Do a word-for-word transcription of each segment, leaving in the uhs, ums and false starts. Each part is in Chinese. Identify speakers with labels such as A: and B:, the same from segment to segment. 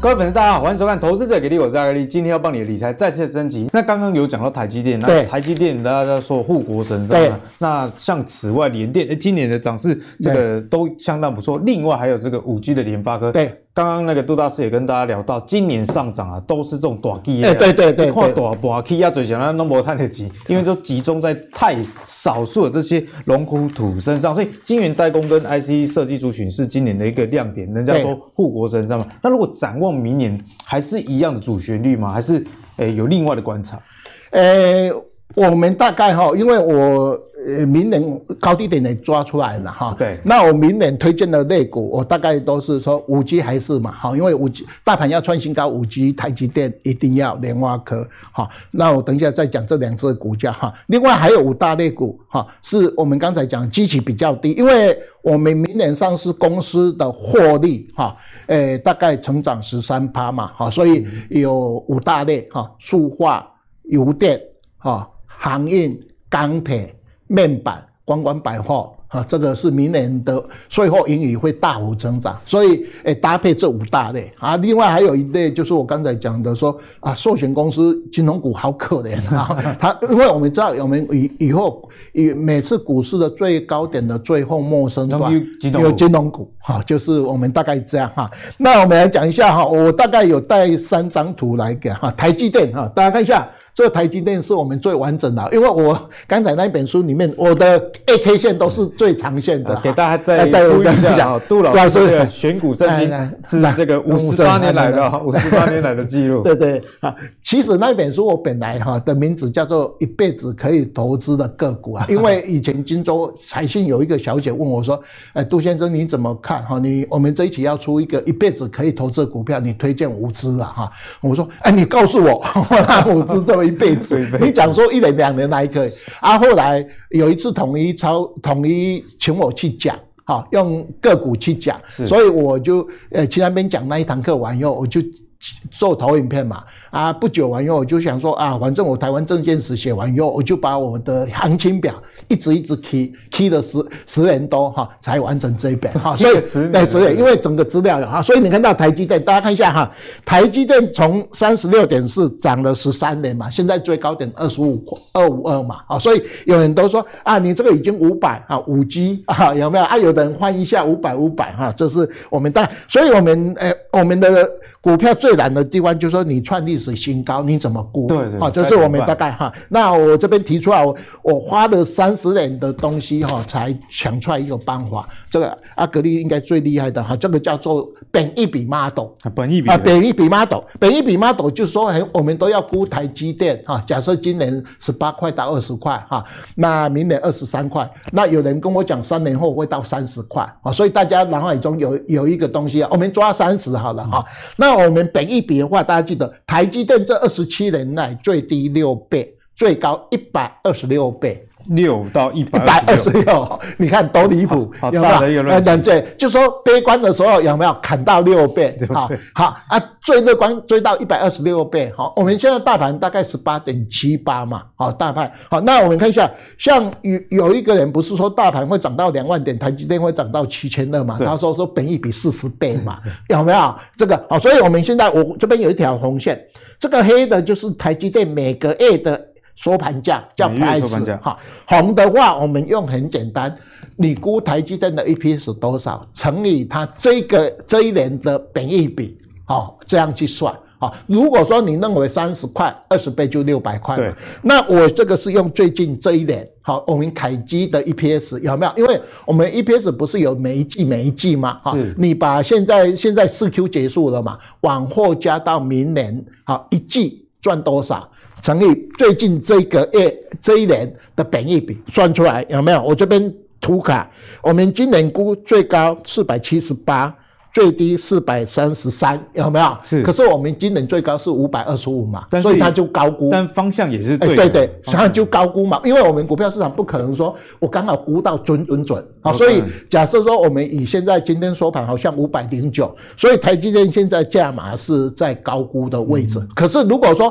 A: 各位粉丝，大家好，欢迎收看《投资者给力》，我是阿格力。今天要帮你的理财再次升级。那刚刚有讲到台积电，那台积电大家在说护国神山嘛。那像此外，联电，欸，今年的涨势这个都相当不错。另外还有这个五 G 的联发科，对。刚刚那个杜大师也跟大家聊到，今年上涨啊，都是这种大企业，
B: 对对对，
A: 看大大企业最想咱拢无看得起，因为都集中在太少数的这些龙虎土身上，所以晶圆代工跟 I C 设计族群是今年的一个亮点。人家说护国神山嘛，那如果展望明年，还是一样的主旋律吗？还是诶有另外的观察？
B: 诶。我们大概哈，因为我呃明年高低点也抓出来了哈，对，那我明年推荐的类股，我大概都是说五 G 还是嘛，好，因为五 G 大盘要创新高，五 G 台积电一定要联发科，好，那我等一下再讲这两只股价哈。另外还有五大类股哈，是我们刚才讲基期比较低，因为我们明年上市公司的获利哈，呃大概成长 百分之十三 嘛，好，所以有五大类哈，塑化、油电哈。航运、钢铁、面板、观光百货啊，这个是明年的税后盈余会大幅增长，所以诶搭配这五大类啊，另外还有一类就是我刚才讲的说啊，寿险公司、金融股好可怜啊，它因为我们知道我们以以后以每次股市的最高点的最后陌生段有金融股哈，就是我们大概这样哈。那我们来讲一下哈，我大概有带三张图来给哈，台积电哈，大家看一下。这个台积电是我们最完整的，因为我刚才那本书里面，我的 A K 线都是最长线的。
A: 给大家再呼吁一下啊，杜老师的选股圣经是这个五十八年来的五十八年来的记录。
B: 对对啊，其实那本书我本来哈的名字叫做一辈子可以投资的个股啊，因为以前金州财信有一个小姐问我说，哎，杜先生你怎么看哈？你我们这一期要出一个一辈子可以投资的股票，你推荐五只啊哈？我说，哎，你告诉我，我拿五只这么。一辈子，你讲说一年两年还可以啊。后来有一次统一超统一请我去讲，好用个股去讲，所以我就呃去那边讲那一堂课完以后，我就做投影片嘛啊，不久完以后我就想说啊，反正我台湾证券史写完以后，我就把我的行情表一直一直 key key 了十十年多哈，才完成这一本哈。所以对十年，因为整个资料有哈，所以你看到台积电，大家看一下哈，台积电从 三十六点四 涨了十三年嘛，现在最高点二十五二五二嘛，啊，所以有人都说啊，你这个已经五百啊，五 G 啊，有没有啊？有的人换一下五百五百哈，这是我们大，所以我们呃我们的股票最难的地方就是说你创历史新高，你怎么估？对对，好，这是我们大概哈。那我这边提出来，我我花了三十年的东西哈，才想出来一个办法。这个阿格力应该最厉害的哈，这个叫做本益比 model。
A: 本益比
B: 啊，本益比 model， 本益比 model 就是说，我们都要估台积电哈。假设今年十八块到二十块哈，那明年二十三块，那有人跟我讲三年后会到三十块啊，所以大家脑海中有有一个东西啊，我们抓三十好了哈。那我们本益比的话，大家记得台积电这二十七年来最低六倍，最高一百二十六倍。
A: 六到一百
B: 二十六，你看多离谱，
A: 有没有？
B: 呃，对，就说悲观的时候有没有砍到六倍？好，好啊，最乐观追到一百二十六倍。好，我们现在大盘大概 十八点七八 嘛，好，大盘好，那我们看一下，像有有一个人不是说大盘会涨到两万点，台积电会涨到七千二嘛？他说说本益比四十倍嘛，有没有？这个好，所以我们现在我这边有一条红线，这个黑的就是台积电每个月的收盘价叫 price 哈，红的话我们用很简单，你估台积电的 E P S 多少，乘以它这个这一年的本益比，好，这样去算。好，如果说你认为三十块，二十倍就六百块嘛。那我这个是用最近这一年，好，我们凯基的 E P S 有没有？因为我们 E P S 不是有每一季每一季吗？好，你把现在现在四 Q 结束了嘛，往后加到明年，好，一季赚多少？乘以最近这个月这一年的本益比算出来有没有？我这边图卡，我们今年估最高四百七十八，最低四百三十三，有没有？是。可是我们今年最高是五百二十五嘛，所以它就高估。
A: 但方向也是对的。
B: 欸、对对，它就高估嘛，因为我们股票市场不可能说我刚好估到准准准啊，所以假设说我们以现在今天收盘好像五百零九，所以台积电现在价码是在高估的位置。嗯、可是如果说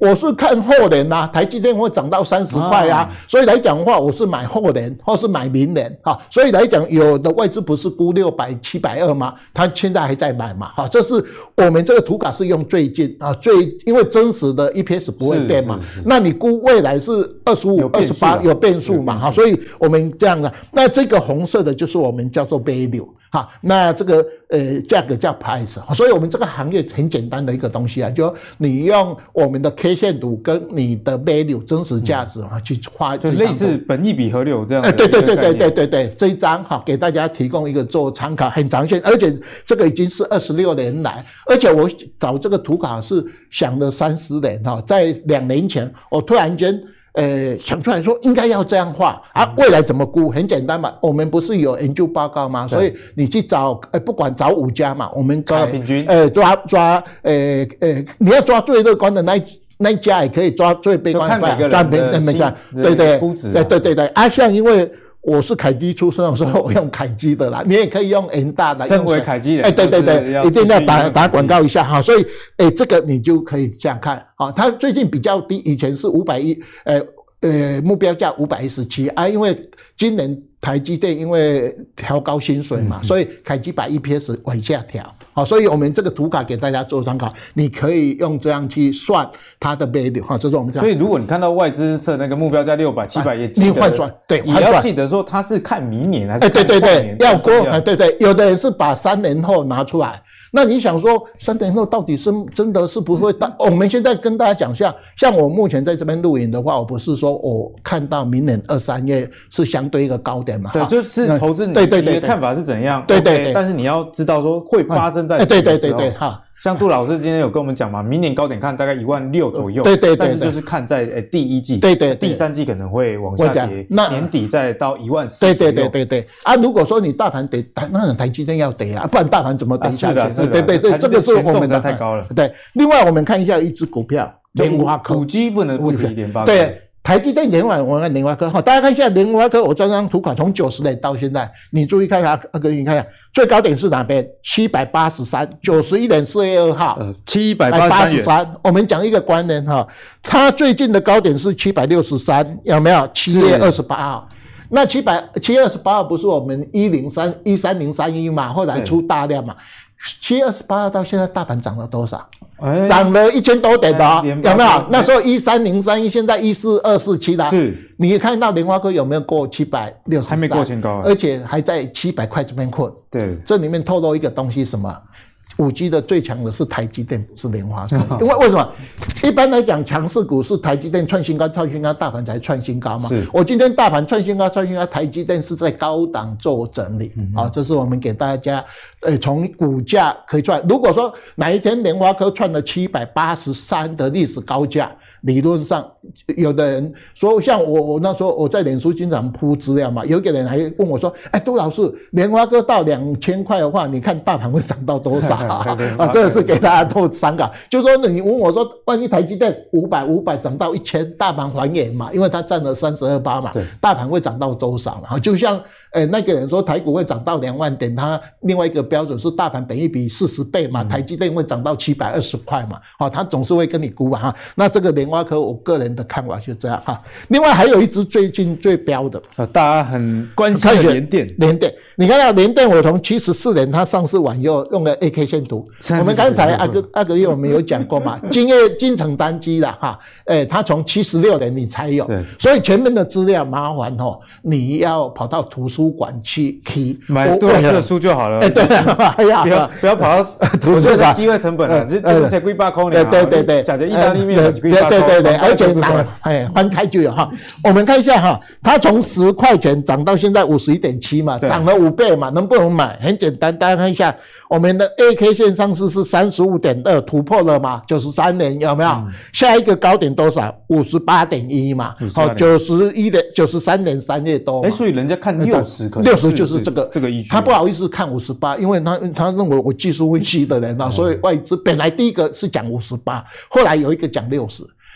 B: 我是看后年呐、啊，台积电会涨到三十块啊，所以来讲的话，我是买后年或是买明年啊，所以来讲，有的外资不是估六百、七百二吗？他现在还在买嘛，哈，这是我们这个图卡是用最近啊，最因为真实的 E P S 不会变嘛，那你估未来是二十五、二十八有变数嘛，哈，所以我们这样的，那这个红色的就是我们叫做 value。好，那这个呃价格叫 price， 所以我们这个行业很简单的一个东西啊，就你用我们的 K 线图跟你的 value 真实价值啊、嗯、去画，
A: 就类似本益比河流这样的。
B: 哎，对对对对对对对，这一张哈给大家提供一个做参考，很长线，而且这个已经是二十六年来，而且我找这个图卡是想了三十年哈，在两年前我突然间。呃，想出来说应该要这样画啊，未来怎么估？很简单嘛，我们不是有研究报告吗？所以你去找，呃，不管找五家嘛，我们
A: 抓平均，
B: 呃，抓抓，呃呃，你要抓最乐观的那一那一家，也可以抓最悲观的，抓平那么这样，对对对对对对，啊，像因为。我是凯基出身，所以我用凯基的啦。你也可以用 N 大的。
A: 身为凯基人，
B: 哎，对对对，一定要打打广告一下哈。所以，哎，这个你就可以这样看啊。它最近比较低，以前是五百一，呃呃，目标价五百一十七啊，因为今年台积电因为调高薪水嘛，嗯、所以凯基把 E P S 往下调。好，所以我们这个图卡给大家做参考，你可以用这样去算它的 value 哈，这是我们。
A: 所以如果你看到外资设那个目标价六百、七百，也
B: 你换算，对，
A: 也要记得说它是看明年还是看
B: 后年？对对对，要过，哎，对对，有的人是把三年后拿出来。那你想说三年后到底是真的是不会大？我们现在跟大家讲一下，像我目前在这边录影的话，我不是说我看到明年二三月是相对一个高点嘛？
A: 对，就是投资你的看法是怎样？
B: 对对对，
A: 但是你要知道说会发生在什么时候？
B: 对对对对，哈。
A: 像杜老师今天有跟我们讲嘛，明年高点看大概一万六左右，
B: 对对对，
A: 但是就是看在诶第一季，
B: 对对，
A: 第三季可能会往下跌，
B: 那
A: 年底再到一万四，
B: 对对对对对啊！如果说你大盘跌，那台积电要跌啊，不然大盘怎么跌下去？
A: 啊、是的，
B: 对对对，这个是我们的
A: 太高了。
B: 对，另外我们看一下一只股票，联发科，
A: 五 G 不能不提联发科。
B: 对。台积电联网，我看联发科哈，大家看一下联发科，我这张图卡从九十年到现在，你注意看一下，阿哥你看一下，最高点是哪边？七百八十三，九十一年四月二号，
A: 呃，七百八十三。
B: 我们讲一个观念哈，它最近的高点是七百六十三，有没有？七月二十八号。那七百七月二十八号不是我们一零三一三零三一嘛？后来出大量嘛？七月二十八号到现在，大盘涨了多少？欸、涨了一千多点的、哦，有没有？那时候一三零三一，现在一四二四七的。
A: 是，
B: 你看到联发科有没有过七百六十三？
A: 还没过前高，
B: 而且还在七百块这边混。
A: 对，
B: 这里面透露一个东西，什么？五 G 的最强的是台积电，不是联发科。因为为什么？一般来讲，强势股是台积电创新高、创新高，大盘才创新高嘛。我今天大盘创新高、创新高，台积电是在高档做整理。嗯、啊，这是我们给大家，呃，从股价可以赚。如果说哪一天联发科创了七百八十三的历史高价，理论上，有的人说，像我，我那时候我在脸书经常铺资料嘛，有一个人还问我说：“哎，杜老师，联发科到两千块的话，你看大盘会涨到多少？”啊，这个是给大家做参考。就是说，你问我说，万一台积电五百五百涨到一千，大盘还原嘛？因为它占了三十二趴嘛，大盘会涨到多少嘛？就像呃那个人说台股会涨到两万点，他另外一个标准是大盘本益比四十倍嘛，台积电会涨到七百二十块嘛，好、哦，他总是会跟你估嘛哈。那这个联发科，我个人的看法就这样哈。另外还有一只最近最标的，
A: 呃，大家很关心的联电，
B: 联电，你看到联电，我从七十四年它上市完以后用了 A K 线图，我们刚才阿哥阿哥月我们有讲过嘛，金业金城单机啦哈，哎，它从七十六年你才有，所以前面的资料麻烦哦，你要跑到图书馆去 key
A: 买杜老师的书就好了。
B: 哎，对，哎呀，
A: 不要不要跑到图书馆，机会成本啊，这这才几百块呢。
B: 对对对，
A: 假设意大利面几百块，
B: 对对对，而且拿哎翻开就有哈。我们看一下哈，它从十块钱涨到现在五十一点七嘛，涨了五倍嘛，能不能买？很简单，大家看一下。我们的 A K 线上市是 三十五点二 突破了嘛？九十三年有没有？嗯、下一个高点多少？五十八点一嘛。哦，九十一点九十三年三月多。
A: 哎，所以人家看六十，可能
B: 六十就是这个
A: 这个依据。
B: 他不好意思看五十八，因为他他认为我技术分析的人啊，嗯、所以外资本来第一个是讲五十八，后来有一个讲六十。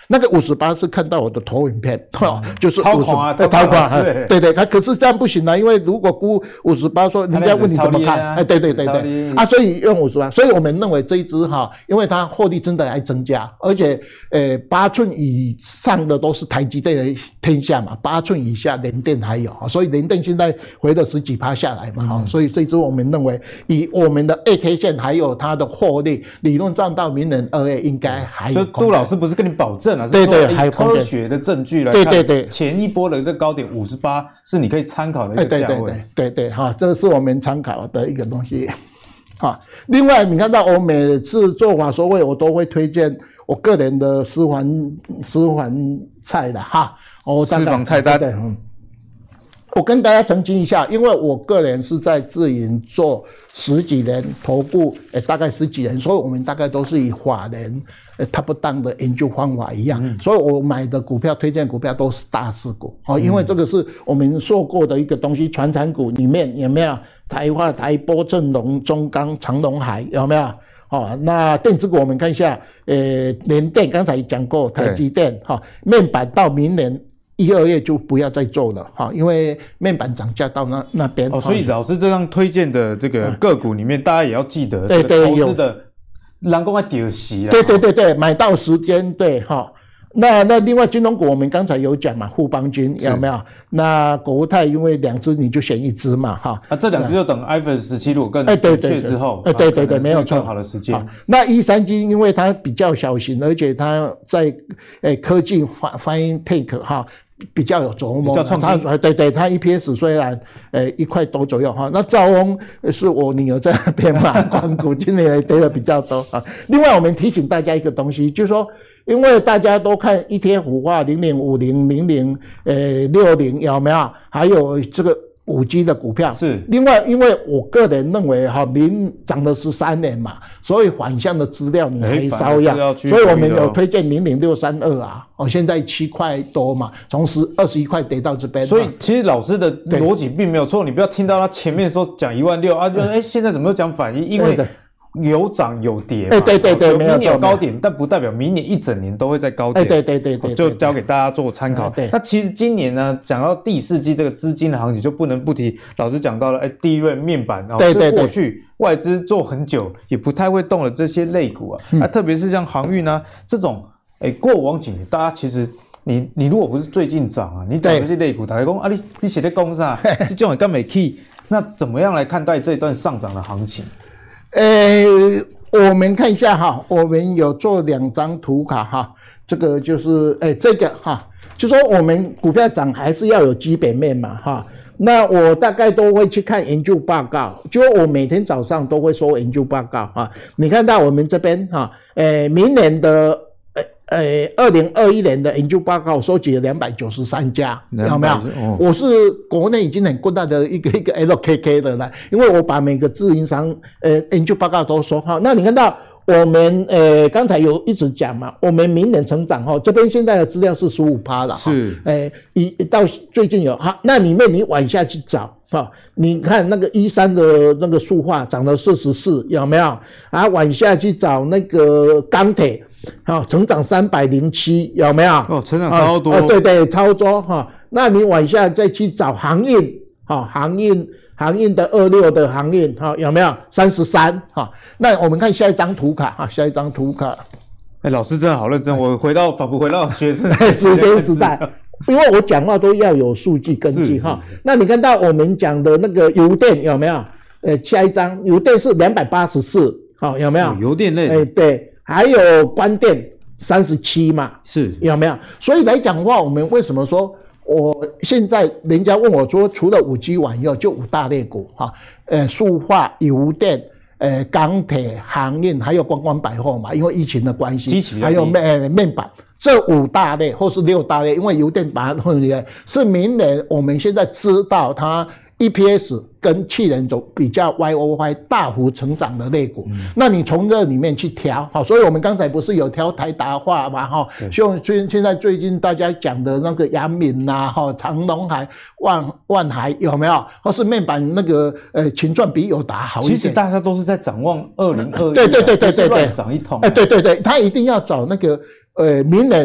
B: 那个五十八是看到我的投影片，哈、嗯，就是
A: 掏空啊，
B: 掏空啊，对对，他可是这样不行啊，因为如果估五十八，说人家问你怎么看，哎，对对对对，啊，所以用五十八，所以我们认为这一支哈，因为它获利真的还增加，而且呃八寸以上的都是台积电的天下嘛，八寸以下联电还有，所以联电现在回了十几趴下来嘛，哈、嗯，所以这一支我们认为以我们的 A K 线还有它的获利，理论上到明年二月应该还有。
A: 就杜老师不是跟你保证啊，
B: 对对，还有
A: 科学的证据来看，
B: 对对对，
A: 前一波的这高点五十八是你可以参考的一个价位，
B: 对对对对对，哈，这是我们参考的一个东西。好，另外你看到我每次做法说会，我都会推荐我个人的私房私房菜的哈，
A: 哦，私房菜单。
B: 对，嗯，我跟大家澄清一下，因为我个人是在自营做十几年，头部诶大概十几年，所以我们大概都是以法人呃 top down 的研究方法一样，嗯、所以我买的股票推荐股票都是大势股，哦，因为这个是我们说过的一个东西，传产股里面有没有？台化、台玻、正隆、中钢、长荣海有没有？哦，那电子股我们看一下，呃，联电刚才讲过，台积电哈、哦，面板到明年一二月就不要再做了哈、哦，因为面板涨价到那那边。
A: 哦，所以老师这样推荐的这个个股里面，嗯、大家也要记得，
B: 对对，
A: 投资的人工要丢息啦。
B: 对对对对，买到时间对哈。哦那那另外金融股我们刚才有讲嘛，富邦金有没有？那国泰因为两只你就选一只嘛，哈。
A: 啊，这两只就等 iPhone 十七如果更准确之后，
B: 哎对对对，没有错，
A: 更好的时间。
B: 那一三金因为它比较小型，而且它在诶科技发发音 take 哈。比较有琢磨，它对对，它 E P S 虽然呃一块多左右哈，那兆丰是我女儿在那边买光股，今年也跌的比较多啊。另外我们提醒大家一个东西，就是说，因为大家都看 E T F 化零零五零零零呃六零有没有？还有这个五 G 的股票
A: 是。
B: 另外，因为我个人认为哈，明涨了十三年嘛，所以反向的资料你还稍要，
A: 要
B: 所以我们有推荐零零六三二啊。哦，现在七块多嘛，从十二十一块跌到这边。
A: 所以其实老师的逻辑并没有错，你不要听到他前面说讲一万六啊，就哎、欸、现在怎么又讲反一？因为有涨有跌嘛。
B: 哎，对对对，
A: 明年有高点，但不代表明年一整年都会在高点。
B: 哎，对对对对，
A: 就交给大家做参考。那其实今年呢，讲到第四季这个资金的行情，就不能不提老师讲到了，哎，第一润面板，然后过去外资做很久也不太会动的这些类股啊，啊，特别是像航运啊这种，哎，过往几年大家其实。你你如果不是最近涨啊，你讲这些类股，大家讲啊，你你写在公啥？这种也干没 key， 那怎么样来看待这一段上涨的行情？
B: 呃，我们看一下哈，我们有做两张图卡哈，这个就是哎这个哈，就说我们股票涨还是要有基本面嘛哈。那我大概都会去看研究报告，就我每天早上都会收研究报告哈。你看到我们这边哈，呃，明年的。呃，二零二一年的研究报告收集了两百九十三家，有没有？哦、我是国内已经很过大的一个一个 L K K 的了，因为我把每个自营商呃研究报告都收好。那你看到我们呃刚才有一直讲嘛，我们明年成长哈，这边现在的资料是 百分之十五 了，
A: 是，
B: 呃，一到最近有哈，那里面你往下去找哈，你看那个一三的那个塑化涨了四十四，有没有？啊，往下去找那个钢铁。好，成长三百零七，有没有？
A: 哦，成长超多。
B: 哦，对对，超多哈、哦。那你往下再去找航运，哈、哦，航运，航运的二六的航运，哈、哦，有没有？三十三，哈。那我们看下一张图卡，哈，下一张图卡。
A: 哎，老师真的好认真，我回到仿佛回到学生
B: 学生时代，因为我讲话都要有数据根据哈。那你看到我们讲的那个油电有没有？呃，下一张油电是两百八十四，好，有没有？
A: 哦、油电类，
B: 哎，对。还有关电三十七嘛，
A: 是
B: 有没有？所以来讲的话，我们为什么说我现在人家问我说，除了五 G 网以后，就五大类股哈，呃，塑化、油电、呃，钢铁、航运，还有观光百货嘛，因为疫情的关系，还有面面板。这五大类或是六大类，因为油电把它混起来，是明年我们现在知道它。E P S 跟去年走比较 Y O Y 大幅成长的类股，嗯、那你从这里面去挑，好，所以我们刚才不是有挑台达化嘛，哈，像现现在最近大家讲的那个阳明呐，哈，长荣海、万万海有没有？或是面板那个呃勤赚比友达好一点。
A: 其实大家都是在展望二零二一，
B: 对对对对对对，
A: 涨一通，
B: 哎，对对对，他一定要找那个呃明年。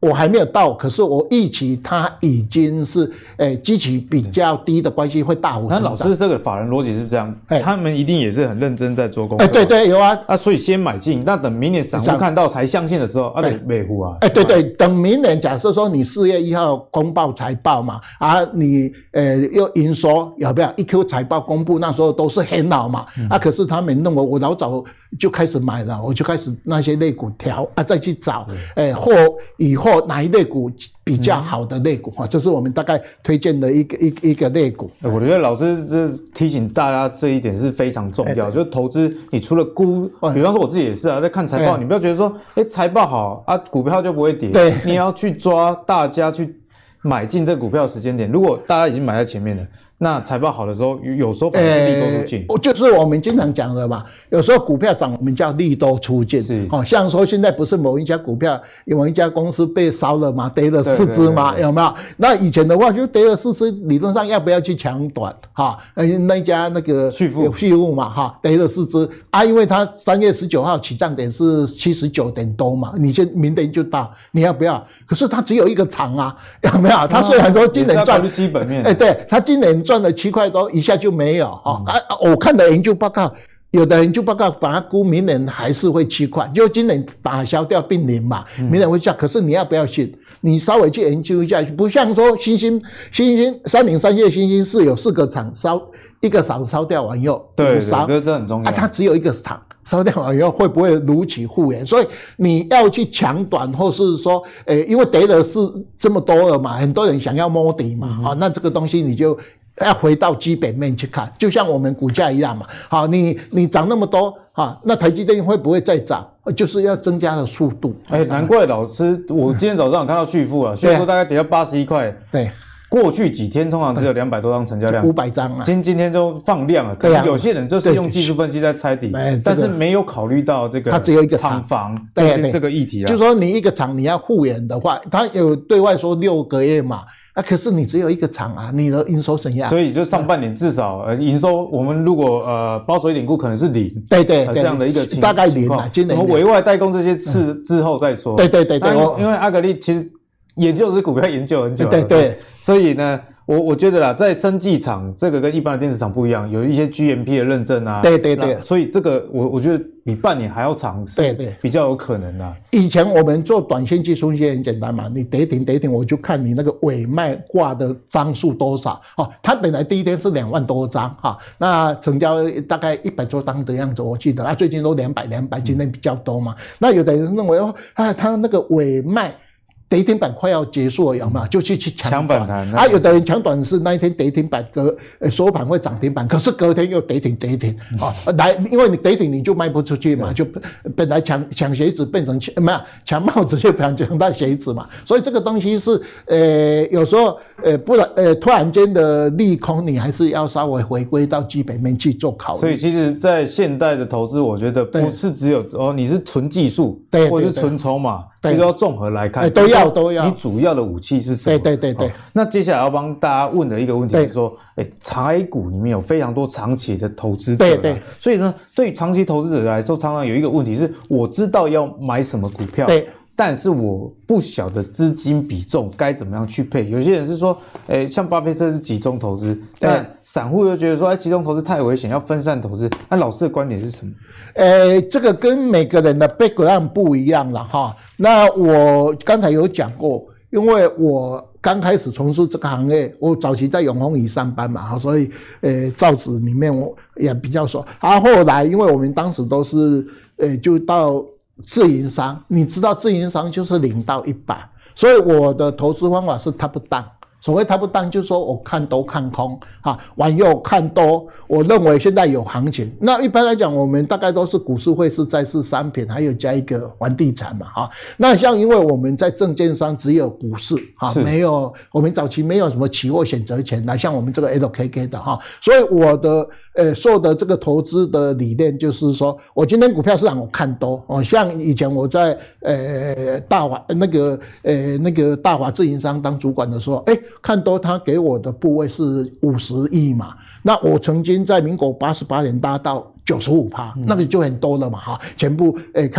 B: 我还没有到，可是我预期它已经是诶基期比较低的关系会大幅成长。
A: 那老师这个法人逻辑是这样，他们一定也是很认真在做功课。
B: 哎，对对，有啊。
A: 啊，所以先买进，那等明年散户看到才相信的时候，啊，得卖户啊。
B: 哎，对对，等明年假设说你四月一号公报财报嘛，啊，你呃又营收有没有一 Q 财报公布，那时候都是很好嘛。嗯、啊，可是他们认为我老早就开始买了，我就开始那些类股调啊，再去找，哎，或以后哪一类股比较好的类股哈，这是我们大概推荐的一个一个一个类股。
A: 我觉得老师这提醒大家这一点是非常重要，就是投资你除了估，比方说我自己也是啊，在看财报，你不要觉得说，哎，财报好啊，股票就不会跌，
B: 对，
A: 你要去抓大家去买进这股票的时间点。如果大家已经买在前面了，那财报好的时候，有时候反而是利多出尽。
B: 我、欸、就是我们经常讲的嘛，有时候股票涨，我们叫利多出尽。是，好、哦、像说现在不是某一家股票，某一家公司被烧了嘛，跌了四只嘛，有没有？那以前的话就跌了四只，理论上要不要去抢短？哈、哦，那一家那个
A: 旭富
B: 旭富嘛，哈，跌了四只啊，因为它三月十九号起涨点是七十九点多嘛，你先明天就到，你要不要？可是它只有一个厂啊，有没有？它虽然说今年赚
A: 基本面，
B: 哎、欸，对，它今年赚了七块多，一下就没有哈、嗯。啊，我看的研究报告，有的研究报告把它估明年还是会七块，就今年打消掉并零嘛，明年会下。可是你要不要信？你稍微去研究一下，不像说新兴、新兴三零三线新兴是有四个厂烧，一个厂烧掉完以后，
A: 对，烧，这这很重要。
B: 啊，它只有一个厂。烧掉完以后会不会如期复原？所以你要去抢短，或是说，诶、欸，因为跌的是这么多了嘛，很多人想要摸底嘛，好、嗯，那这个东西你就要回到基本面去看，就像我们股价一样嘛，好，你你涨那么多，哈，那台积电会不会再涨？就是要增加的速度。
A: 哎、欸，难怪老师，我今天早上有看到旭富啊，旭富大概跌到八十一块，
B: 对。
A: 过去几天通常只有两百多张成交量，
B: 五百张啊。
A: 今今天就放量了，可能有些人就是用技术分析在猜底，但是没有考虑到这个
B: 它只有一个
A: 厂房
B: 对
A: 这个议题啊。
B: 就说你一个厂你要复原的话，它有对外说六个月嘛，啊，可是你只有一个厂啊，你的营收怎样？
A: 所以就上半年至少呃营收，我们如果呃保守一点估，可能是零，
B: 对对对，
A: 这样的一个情
B: 大概零啊，今年
A: 什么委外代工这些事之后再说。
B: 对对对对，
A: 因为阿格力其实研究是股票研究很久了，
B: 对对，
A: 所以呢。我我觉得啦，在生技厂这个跟一般的电子厂不一样，有一些 G M P 的认证啊，
B: 对对对，
A: 所以这个我我觉得比半年还要长，
B: 对对，
A: 比较有可能啊。
B: 以前我们做短线技术分析很简单嘛，你跌停跌停，我就看你那个尾卖挂的张数多少哦。它本来第一天是两万多张哈、哦，那成交大概一百多张的样子，我记得啊，最近都两百两百，今天比较多嘛。嗯、那有的人认为哦，啊，它那个尾卖。跌停板快要结束了，有没有？就去去抢
A: 反弹
B: 啊！有的人抢短是那一天跌停板隔收盘会涨停板，可是隔天又跌停跌停啊！来，因为你跌停你就卖不出去嘛，就本来抢抢鞋子变成没有抢帽子就抢抢到鞋子嘛，所以这个东西是呃有时候呃不然呃突然间的利空，你还是要稍微回归到基本面去做考虑。
A: 所以其实，在现代的投资，我觉得不是只有哦你是纯技术，对，或者是纯筹码，其实要综合来看，
B: 都要。都要，
A: 你主要的武器是什么？
B: 对对对对、哦。
A: 那接下来要帮大家问的一个问题是说，哎，台股里面有非常多长期的投资者，
B: 对对。
A: 所以呢，对于长期投资者来说，常常有一个问题是，我知道要买什么股票，对，但是我不晓得资金比重该怎么样去配。有些人是说，哎，像巴菲特是集中投资，但散户又觉得说，哎，集中投资太危险，要分散投资。那老师的观点是什么？
B: 呃，这个跟每个人的 background 不一样了哈。那我刚才有讲过，因为我刚开始从事这个行业，我早期在永丰余上班嘛，所以呃，造纸里面我也比较熟。啊，后来因为我们当时都是呃，就到自营商，你知道自营商就是零到一百，所以我的投资方法是 top down。所谓 top down 就是说我看多看空啊，往右看多，我认为现在有行情。那一般来讲，我们大概都是股市、汇市、债市、商品，还有加一个房地产嘛，哈。那像因为我们在证券商只有股市啊，没有我们早期没有什么期货选择权来，像我们这个 L K K 的哈，所以我的呃受的这个投资的理念就是说，我今天股票市场我看多哦，像以前我在呃大华那个呃那个大华自营商当主管的时候，哎。看多他给我的部位是五十亿嘛，那我曾经在民国八十八年达到九十五趴，那个就很多了嘛哈，全部诶看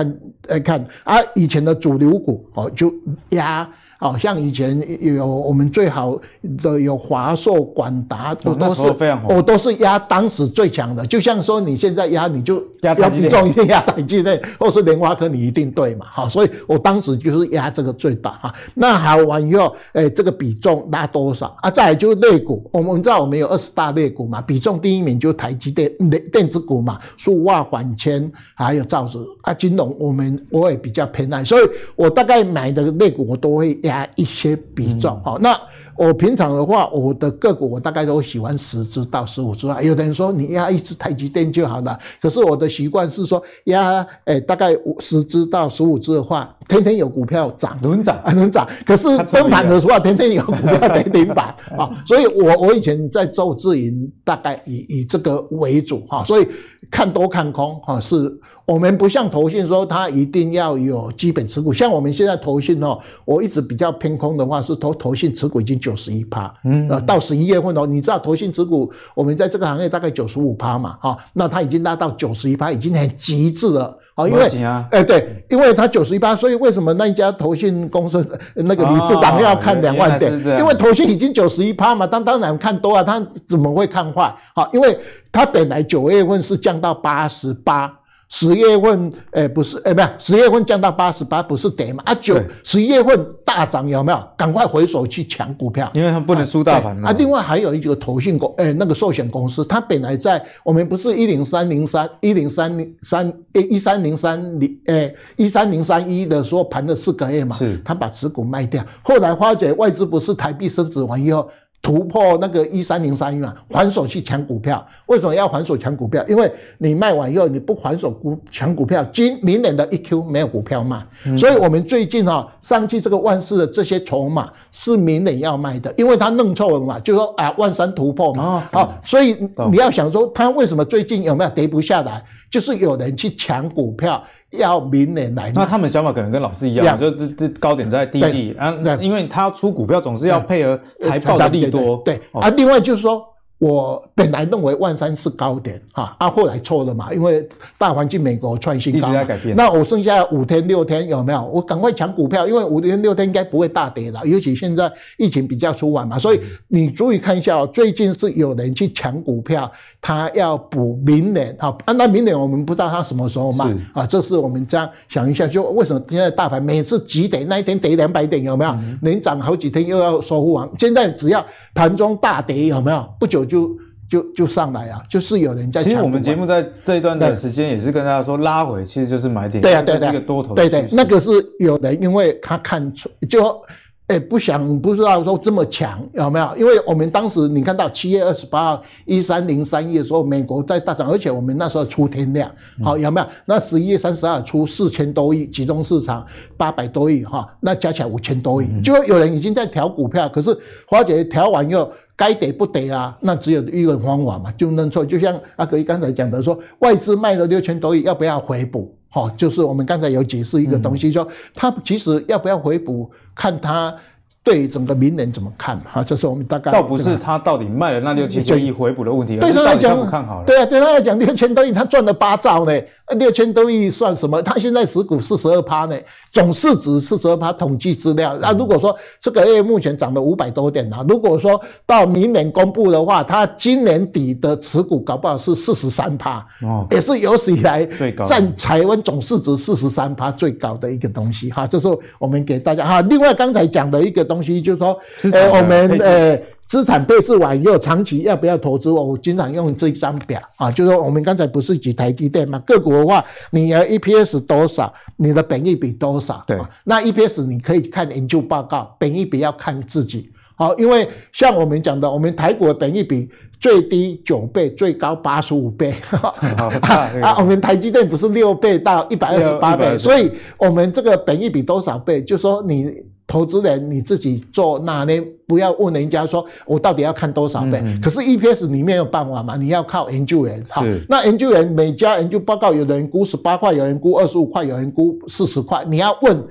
B: 来看啊，以前的主流股哦就压。好像以前有我们最好的有华硕、广达，都都是
A: 非常
B: 我、哦、都是压当时最强的。就像说你现在压，你就压比重一定压台积电，或是联发科，你一定对嘛？好，所以我当时就是压这个最大哈。那好完以后，哎，这个比重拉多少啊？再来就是类股，我们知道我们有二十大类股嘛，比重第一名就是台积电电子股嘛，数化、缓谦还有造纸啊，金融我们我也比较偏爱，所以我大概买的类股我都会压一些比重。好、嗯，那我平常的话，我的个股我大概都喜欢十只到十五只啊。有的人说你压一只台积电就好了，可是我的习惯是说压诶大概十只到十五只的话，天天有股票涨，
A: 轮涨
B: 啊能涨。可是崩盘的话，天天有股票跌停板啊。所以我我以前在做自营，大概以以这个为主哈。所以看多看空哈，是我们不像投信说它一定要有基本持股，像我们现在投信哦，我一直比较偏空的话是投投信持股已经九十一趴，嗯，呃，到十一月份哦，你知道投信持股我们在这个行业大概九十五趴嘛，哈、哦，那它已经拉到九十一趴，已经很极致了。哦，因为哎、欸、对，因为它九十一趴，所以为什么那一家投信公司那个理事长要看两万点？哦、因为投信已经九十一趴嘛，当当然看多啊，他怎么会看坏？好，因为他本来九月份是降到八十八。十月份，诶、欸、不是，诶、欸、不是，十月份降到八十八，不是跌嘛？啊九十一月份大涨有没有？赶快回手去抢股票，
A: 因为他不能输大盘
B: 啊。另外还有一个投信公，诶、欸、那个寿险公司，它本来在我们不是一零三零三一零三零三诶一三零三零诶一三零三一的时候盘了四个月嘛，是，他把持股卖掉，后来发觉外资不是台币升值完以后。突破那个一三零三一嘛，还手去抢股票。为什么要还手抢股票？因为你卖完以后，你不还手股抢股票，今明年的一 Q 没有股票卖，嗯、所以我们最近哈、哦、上去这个万四的这些筹码是明年要卖的，因为它弄错了嘛，就说啊万三突破嘛，好、哦哦，所以你要想说它为什么最近有没有跌不下来，就是有人去抢股票。要明年来，
A: 那他们想法可能跟老师一样，就这这高点在低季啊，因为他出股票总是要配合财报的利多，
B: 对, 对, 对、哦、啊。另外就是说，我本来认为万三是高点哈，啊后来错了嘛，因为大环境美国创新高，
A: 一直在改变。
B: 那我剩下五天六天有没有？我赶快抢股票，因为五天六天应该不会大跌了，尤其现在疫情比较出晚嘛，所以你注意看一下哦，最近是有人去抢股票。他要补明年啊，那明年我们不知道他什么时候卖啊，这是我们这样想一下，就为什么现在大盘每次急跌那一天跌两百点有没有？嗯、连涨好几天又要收复完，现在只要盘中大跌有没有？不久就就就上来啊，就是有人在抢。
A: 其实我们节目在这一段的时间也是跟大家说，拉回其实就是买点，
B: 对啊对对，
A: 是一个多头的
B: 对对，那个是有人因为他看出就。哎，不想不知道说这么强有没有？因为我们当时你看到七月二十八号一三零三一的时候，美国在大涨，而且我们那时候出天量，好、嗯、有没有？那十一月三十号出四千多亿，集中市场八百多亿哈，那加起来五千多亿，嗯、就有人已经在调股票，可是花姐调完又该跌不跌啊？那只有一个方法嘛，就认错。就像阿格一刚才讲的说，外资卖了六千多亿，要不要回补？好、哦，就是我们刚才有解释一个东西，嗯、说他其实要不要回补，看他对整个明年怎么看哈，这是我们大概
A: 倒不是他到底卖了那六千多亿回补的问题，
B: 对他来讲，
A: 看好了，
B: 对啊，对他来讲六千多亿，他赚了八兆呢。六千多亿算什么？他现在持股四十二趴呢，总市值四十二趴，统计资料。那、啊、如果说这个月目前涨了五百多点啊，如果说到明年公布的话，他今年底的持股搞不好是四十三趴，哦，也是有史以来
A: 最高
B: 占台湾总市值四十三趴最高的一个东西哈。这是我们给大家哈。另外刚才讲的一个东西就是说，呃，我们呃。资产配置完以后，长期要不要投资？我经常用这张表啊，就是说我们刚才不是举台积电嘛，个股的话，你的 E P S 多少，你的本益比多少？
A: 对，
B: 啊、那 E P S 你可以看研究报告，本益比要看自己。好，因为像我们讲的，我们台股的本益比最低九倍，最高八十五倍。啊，我们台积电不是六倍到一百二十八倍，所以我们这个本益比多少倍，就说你。投资人你自己做那呢，不要问人家说我到底要看多少倍。嗯、可是 E P S 里面有办法嘛？你要靠研究员。好，那研究员每家研究报告，有人估十八块，有人估二十五块，有人估四十块，你要问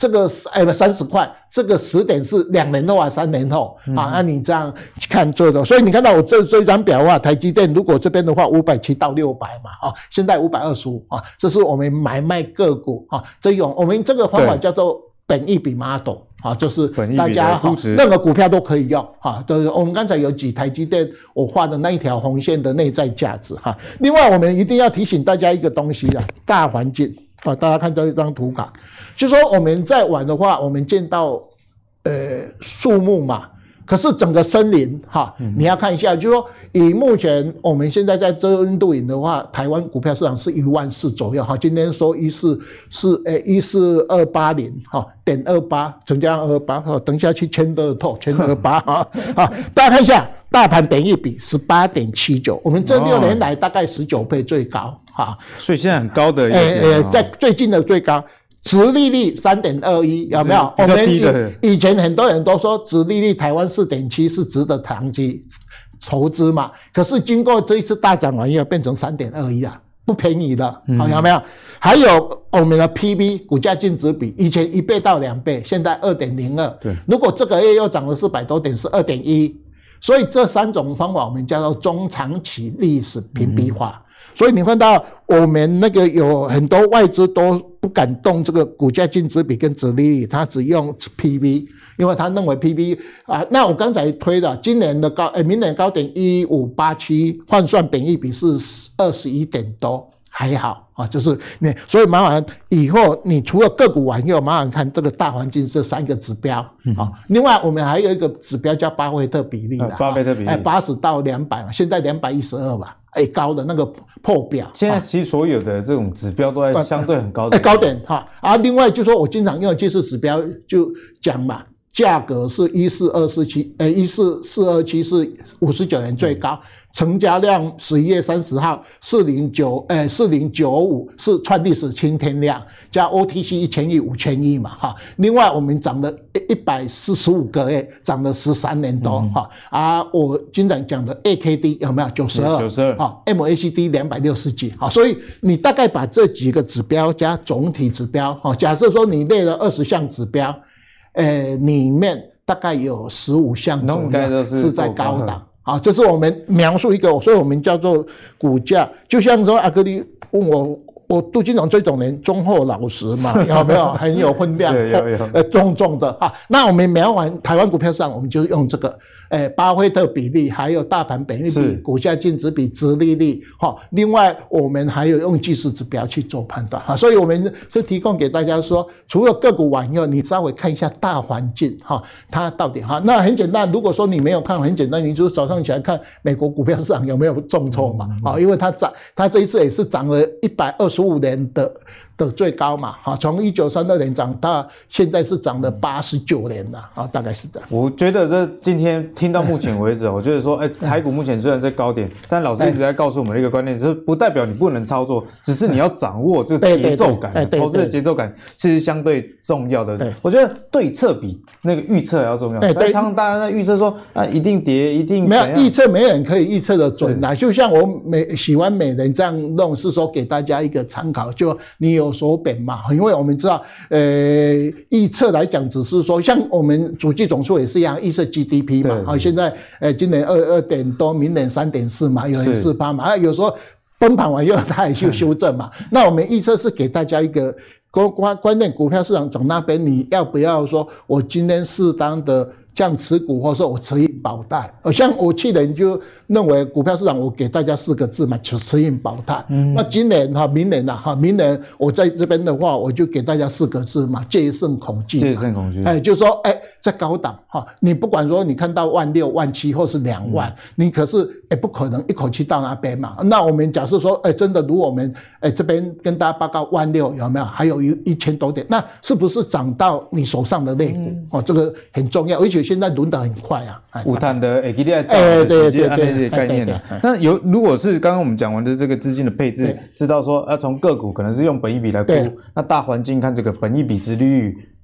B: 这个哎不三十块，这个十点是两年后啊三年后、嗯、啊，那你这样看做的，所以你看到我这这张表的话，台积电如果这边的话五百七到六百嘛，啊，现在五百二十五啊，这是我们买卖个股啊，这种我们这个方法叫做本益比 model。啊，就是大家哈，任何股票都可以用哈。就是我们刚才有举台积电我画的那一条红线的内在价值哈。另外，我们一定要提醒大家一个东西啦，大环境啊，大家看这一张图卡，就说我们在玩的话，我们见到呃树木嘛。可是整个森林哈，你要看一下，就是说以目前我们现在在这边录影的话，台湾股票市场是一万四左右哈。今天说一四四诶一四二八零哈点二八，成交量二八哈，等一下去签乐透签二八哈啊，大家看一下大盘本益比十八点七九，我们这六年来大概十九倍最高哈，
A: 所以现在很高的
B: 诶诶，在最近的最高。殖利率 三点二一 有没有？我们以以前很多人都说殖利率台湾 四点七 是值得长期投资嘛，可是经过这一次大涨完以后变成 三点二一 啊，不便宜的，好、嗯、有没有？还有我们的 P B 股价净值比，以前一倍到两倍，现在 二点零二， 对，如果这个月又涨了四百多点是 二点一， 所以这三种方法我们叫做中长期历史评比法。嗯，所以你看到我们那个有很多外资都不敢动这个股价净值比跟殖利率，他只用 P B， 因为他认为 P B 啊，那我刚才推的今年的高，诶，明年高点一五八七，换算本益比是二十一点多，还好啊，就是你，所以麻烦以后你除了个股玩以后，麻烦看这个大环境这三个指标啊、嗯。另外我们还有一个指标叫巴菲特比例啦，
A: 巴菲特比例，哎，
B: 八十到两百嘛，现在两百一十二吧。哎，高的那个破表，
A: 现在其实所有的这种指标都在相对很高的、
B: 哎、高点哈。啊，另外就说我经常用技术指标就讲嘛，价格是一四二四七，呃，一四四二七是五十九元最高，成交量十一月三十号四零九，呃，四零九五是创历史新天量，加 O T C 一千亿五千亿嘛哈。另外我们涨了一百四十五个月，涨了十三年多哈、嗯。啊，我经常讲的 A K D 有没有九十二？九十二啊 ，M A C D 两百六十几啊，所以你大概把这几个指标加总体指标哈，假设说你列了二十项指标。呃，里面大概有十五项左右是在高档，好，这是我们描述一个，所以我们叫做股价，就像说阿哥你问我。我杜金龙这种人忠厚老实嘛，有没有很有分量？有有，呃，重重的啊。那我们描完台湾股票市场，我们就用这个，呃，巴菲特比例，还有大盘本益比、股价净值比、殖利率，哈。另外，我们还有用技术指标去做判断，哈。所以我们是提供给大家说，除了个股玩以后，你稍微看一下大环境，哈，它到底哈。那很简单，如果说你没有看，很简单，你就早上起来看美国股票市场有没有重挫嘛，啊，因为它涨，它这一次也是涨了一百二十五年的的最高嘛，哈，从一九三二年涨到现在是涨了八十九年了，啊，大概是这样。
A: 我觉得这今天听到目前为止，我觉得说，哎，台股目前虽然在高点，但老师一直在告诉我们的一个观念，就是不代表你不能操作，只是你要掌握这个节奏感，投资的节奏感其实相对重要的。我觉得对策比那个预测还要重要。对，常常大家在预测说，啊，一定跌，一定
B: 没有预测，没有人可以预测的准啊。就像我美喜欢美人这样弄，是说给大家一个参考，就你有所本嘛，因为我们知道，呃，预测来讲，只是说像我们主计总数也是一样，预测 G D P 嘛，好，现在呃今年二二点多，明年三点四嘛，有人四八嘛，啊，有时候崩盘完以后它也就修正嘛。那我们预测是给大家一个关关键，股票市场涨那边，你要不要说我今天适当的这样持股，或者说我持盈保泰？像我去年就认为股票市场，我给大家四个字嘛，持持盈保泰。嗯，那今年哈，明年呐哈，明年我在这边的话，我就给大家四个字嘛，戒慎恐惧。
A: 戒慎恐惧。
B: 哎，就是说，哎，在高档哈，你不管说你看到万六、万七或是两万，嗯、你可是哎不可能一口气到那边嘛。那我们假设说，哎，真的如我们哎这边跟大家报告万六有没有？还有一一千多点，那是不是涨到你手上的类股？嗯、哦，这个很重要，而且现在轮得很快啊。
A: 五碳的 A K D I 哎，对对对，按那些概念的。那有如果是刚刚我们讲完的这个资金的配置，知道说要从个股可能是用本益比来估，那大环境看这个本益比殖利率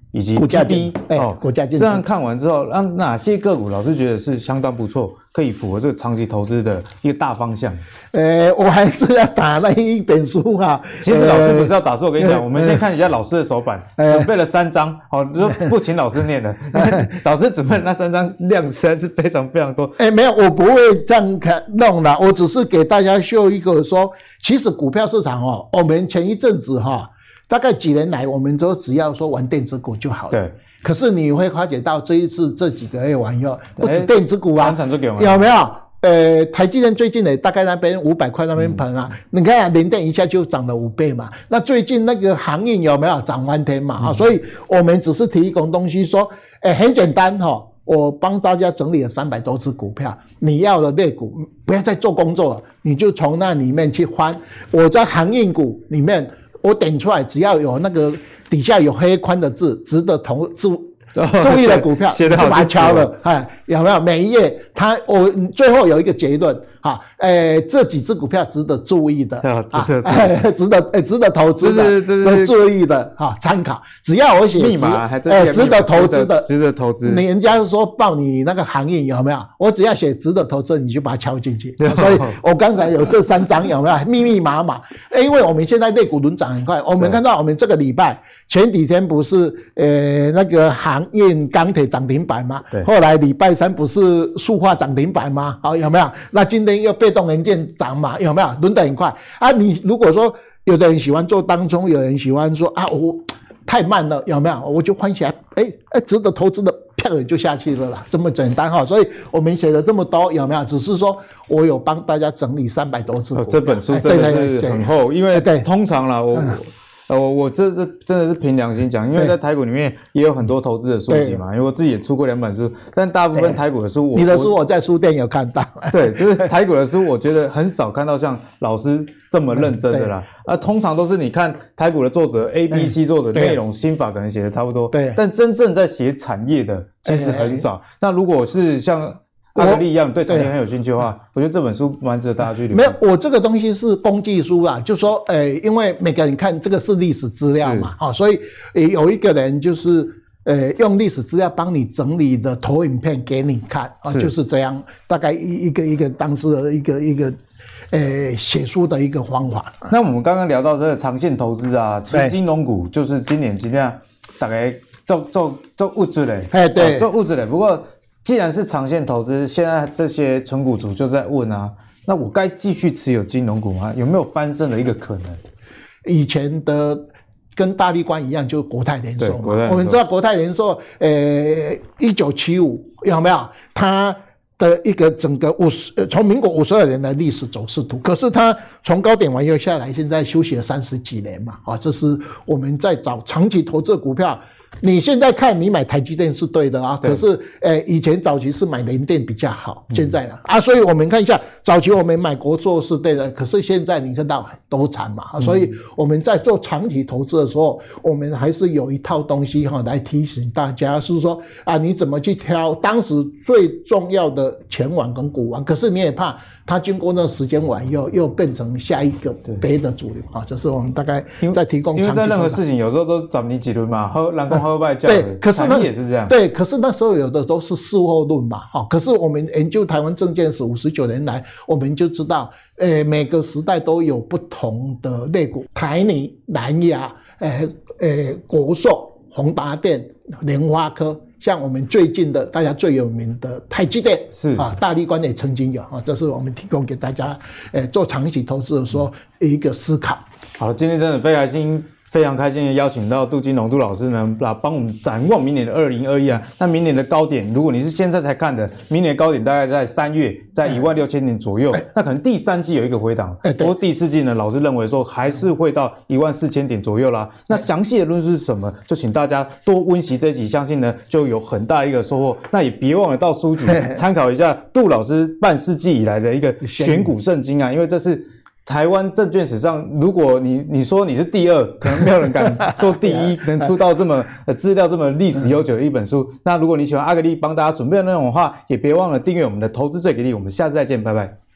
A: 以及
B: P
A: B
B: 哦，股价净值。
A: 这样看完之后，让哪些个股老师觉得是相当不错，可以符合这个长期投资的一个大方向？
B: 呃，我还是要打那一本书哈。
A: 其实老师不是要打书，我跟你讲，我们先看一下老师的手板，准备了三张，好，说不请老师念了，老师准备的那三张量实在是非常非常多。
B: 哎，没有，我不会这样看弄的，我只是给大家秀一个说，其实股票市场哦，我们前一阵子哈。大概几年来，我们都只要说玩电子股就好了。
A: 对。
B: 可是你会发觉到这一次这几个月玩以后，不止电子股啊，有没有？呃，台积电最近的大概那边五百块那边盆啊，嗯、你看啊，联电一下就涨了五倍嘛。那最近那个航运有没有涨翻天嘛？啊、嗯，所以我们只是提供东西说，哎，很简单哈、哦，我帮大家整理了三百多只股票，你要的类股不要再做工作了，你就从那里面去翻。我在航运股里面。我点出来，只要有那个底下有黑框的字，值得投注注意的股票，就把它敲了。哎，有没有？每一页它我最后有一个结论哈，诶，这几只股票值得注意的，
A: 啊，值得
B: 哎，值得诶，值得投资的，值得注意的哈，参考。只要我写
A: 密码，还
B: 诶，值得投资的，
A: 值得投资。
B: 你人家说报你那个行业有没有？我只要写值得投资，你就把它敲进去。所以我刚才有这三张有没有？密密麻麻。因为我们现在类股轮涨很快，我们看到我们这个礼拜前几天不是呃那个航运钢铁涨停板吗？对。后来礼拜三不是塑化涨停板吗？好，有没有？那今天又被动元件涨嘛？有没有？轮得很快啊！你如果说有的人喜欢做当冲，有人喜欢说啊我太慢了，有没有？我就换起来，哎哎，值得投资的。啪就下去了啦，这么简单哈，所以我们写了这么多有没有？只是说我有帮大家整理三百多字、哦。
A: 这本书真的是很厚，因为通常啦，我、嗯、呃我我这这真的是凭良心讲，因为在台股里面也有很多投资的书籍嘛，因为我自己也出过两本书，但大部分台股的书我，
B: 你的书我在书店有看到，
A: 对，就是台股的书，我觉得很少看到像老师这么认真的啦。啊，通常都是你看台股的作者 A、B、C 作者内容心法可能写的差不多，对，但真正在写产业的其实很少。那如果是像阿格力一样对产业很有兴趣的话，我觉得这本书蛮值得大家去留意。
B: 没有，我这个东西是工具书啊，就说，呃，因为每个人看这个是历史资料嘛，好、哦，所以有一个人就是，呃，用历史资料帮你整理的投影片给你看啊、哦，就是这样，大概一一个一个当时的一个一个。呃，写书的一个方法。
A: 那我们刚刚聊到这个长线投资啊，其实金融股就是今年今天大概做做做物质嘞，
B: 哎对，
A: 做物质嘞。不过既然是长线投资，现在这些存股族就在问啊，那我该继续持有金融股吗？有没有翻身的一个可能？
B: 以前的跟大立光一样，就是国泰联寿嘛。我们知道国泰联寿，呃，一九七五有没有？它的一个整个五十，从民国五十二年的历史走势图，可是它从高点完又下来，现在休息了三十几年嘛，啊，这是我们在找长期投资的股票。你现在看你买台积电是对的啊，可是呃以前早期是买联电比较好，现在啊、嗯、啊，所以我们看一下早期我们买国作是对的，可是现在你看到都惨嘛、嗯，所以我们在做长期投资的时候，我们还是有一套东西哈来提醒大家，是说啊你怎么去挑当时最重要的前网跟股王，可是你也怕它经过那时间完又又变成下一个别的主流啊，这是我们大概在提供长期投资。
A: 因为在任何事情有时候都找你几轮嘛，喝蓝光喝败叫。
B: 对，可是那
A: 也是这样。
B: 对，可是那时候有的都是事后论嘛，哈、哦。可是我们研究台湾证券史五十九年来，我们就知道，呃，每个时代都有不同的类股，台泥、南亚、呃呃国寿、宏达电、联发科。像我们最近的大家最有名的台积电是啊，大立光也曾经有啊，这是我们提供给大家，呃，做长期投资的时候一个思考。
A: 好，今天真的非常开心。非常开心的邀请到杜金龙杜老师呢，来帮我们展望明年的二零二一啊。那明年的高点，如果你是现在才看的，明年的高点大概在三月，在一万六千点左右。欸、那可能第三季有一个回档，欸、不过第四季呢，老师认为说还是会到一万四千点左右啦。那详细的论述是什么？就请大家多温习这一集，相信呢就有很大一个收获。那也别忘了到书局参考一下杜老师半世纪以来的一个选股圣经啊，因为这是。台湾证券史上，如果你你说你是第二，可能没有人敢说第一，能出到这么呃资料这么历史悠久的一本书。那如果你喜欢阿格力帮大家准备的内容的话，也别忘了订阅我们的投资最给力。我们下次再见，拜拜。